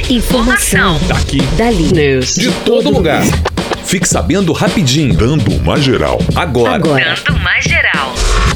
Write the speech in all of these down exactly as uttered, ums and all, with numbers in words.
Informação. Daqui. Dali. News. De todo lugar. Fique sabendo rapidinho. Dando uma geral. Agora. Agora. Dando mais geral.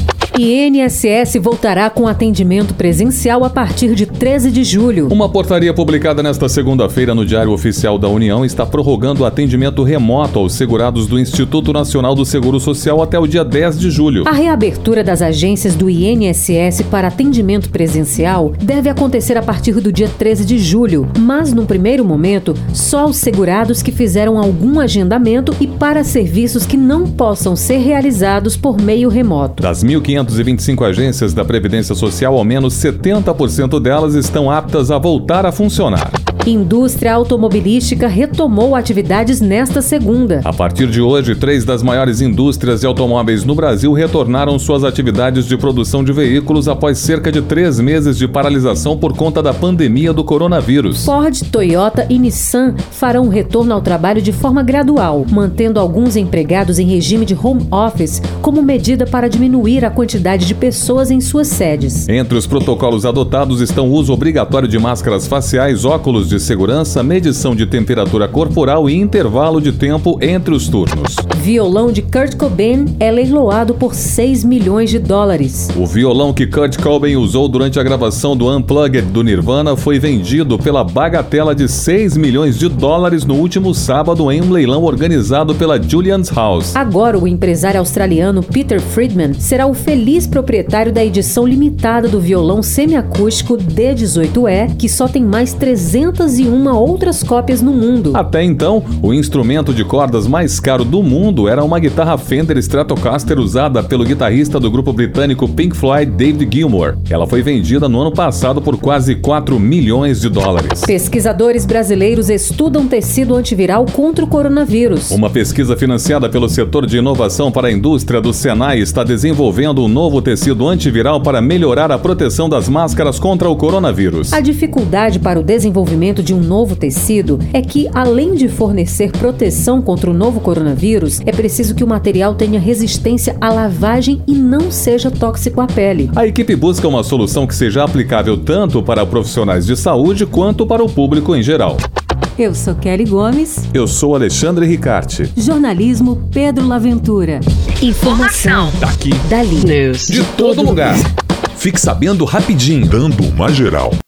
I N S S voltará com atendimento presencial a partir de treze de julho. Uma portaria publicada nesta segunda-feira no Diário Oficial da União está prorrogando o atendimento remoto aos segurados do Instituto Nacional do Seguro Social até o dia dez de julho. A reabertura das agências do I N S S para atendimento presencial deve acontecer a partir do dia treze de julho, mas, num primeiro momento, só os segurados que fizeram algum agendamento e para serviços que não possam ser realizados por meio remoto. Das mil quinhentas e vinte e cinco agências da Previdência Social, ao menos setenta por cento delas estão aptas a voltar a funcionar. Indústria automobilística retomou atividades nesta segunda. A partir de hoje, três das maiores indústrias de automóveis no Brasil retornaram suas atividades de produção de veículos após cerca de três meses de paralisação por conta da pandemia do coronavírus. Ford, Toyota e Nissan farão um retorno ao trabalho de forma gradual, mantendo alguns empregados em regime de home office como medida para diminuir a quantidade de pessoas em suas sedes. Entre os protocolos adotados estão o uso obrigatório de máscaras faciais, óculos de segurança, medição de temperatura corporal e intervalo de tempo entre os turnos. Violão de Kurt Cobain é leiloado por seis milhões de dólares. O violão que Kurt Cobain usou durante a gravação do Unplugged do Nirvana foi vendido pela bagatela de seis milhões de dólares no último sábado em um leilão organizado pela Julian's House. Agora, o empresário australiano Peter Friedman será o feliz proprietário da edição limitada do violão semiacústico D dezoito E, que só tem mais trezentas e uma outras cópias no mundo. Até então, o instrumento de cordas mais caro do mundo era uma guitarra Fender Stratocaster usada pelo guitarrista do grupo britânico Pink Floyd, David Gilmour. Ela foi vendida no ano passado por quase quatro milhões de dólares. Pesquisadores brasileiros estudam tecido antiviral contra o coronavírus. Uma pesquisa financiada pelo setor de inovação para a indústria do Senai está desenvolvendo um novo tecido antiviral para melhorar a proteção das máscaras contra o coronavírus. A dificuldade para o desenvolvimento de um novo tecido é que, além de fornecer proteção contra o novo coronavírus, é preciso que o material tenha resistência à lavagem e não seja tóxico à pele. A equipe busca uma solução que seja aplicável tanto para profissionais de saúde quanto para o público em geral. Eu sou Kelly Gomes. Eu sou Alexandre Ricarte. Jornalismo Pedro Laventura. Informação. Daqui. Dali. News. De todo lugar. Fique sabendo rapidinho. Dando uma geral.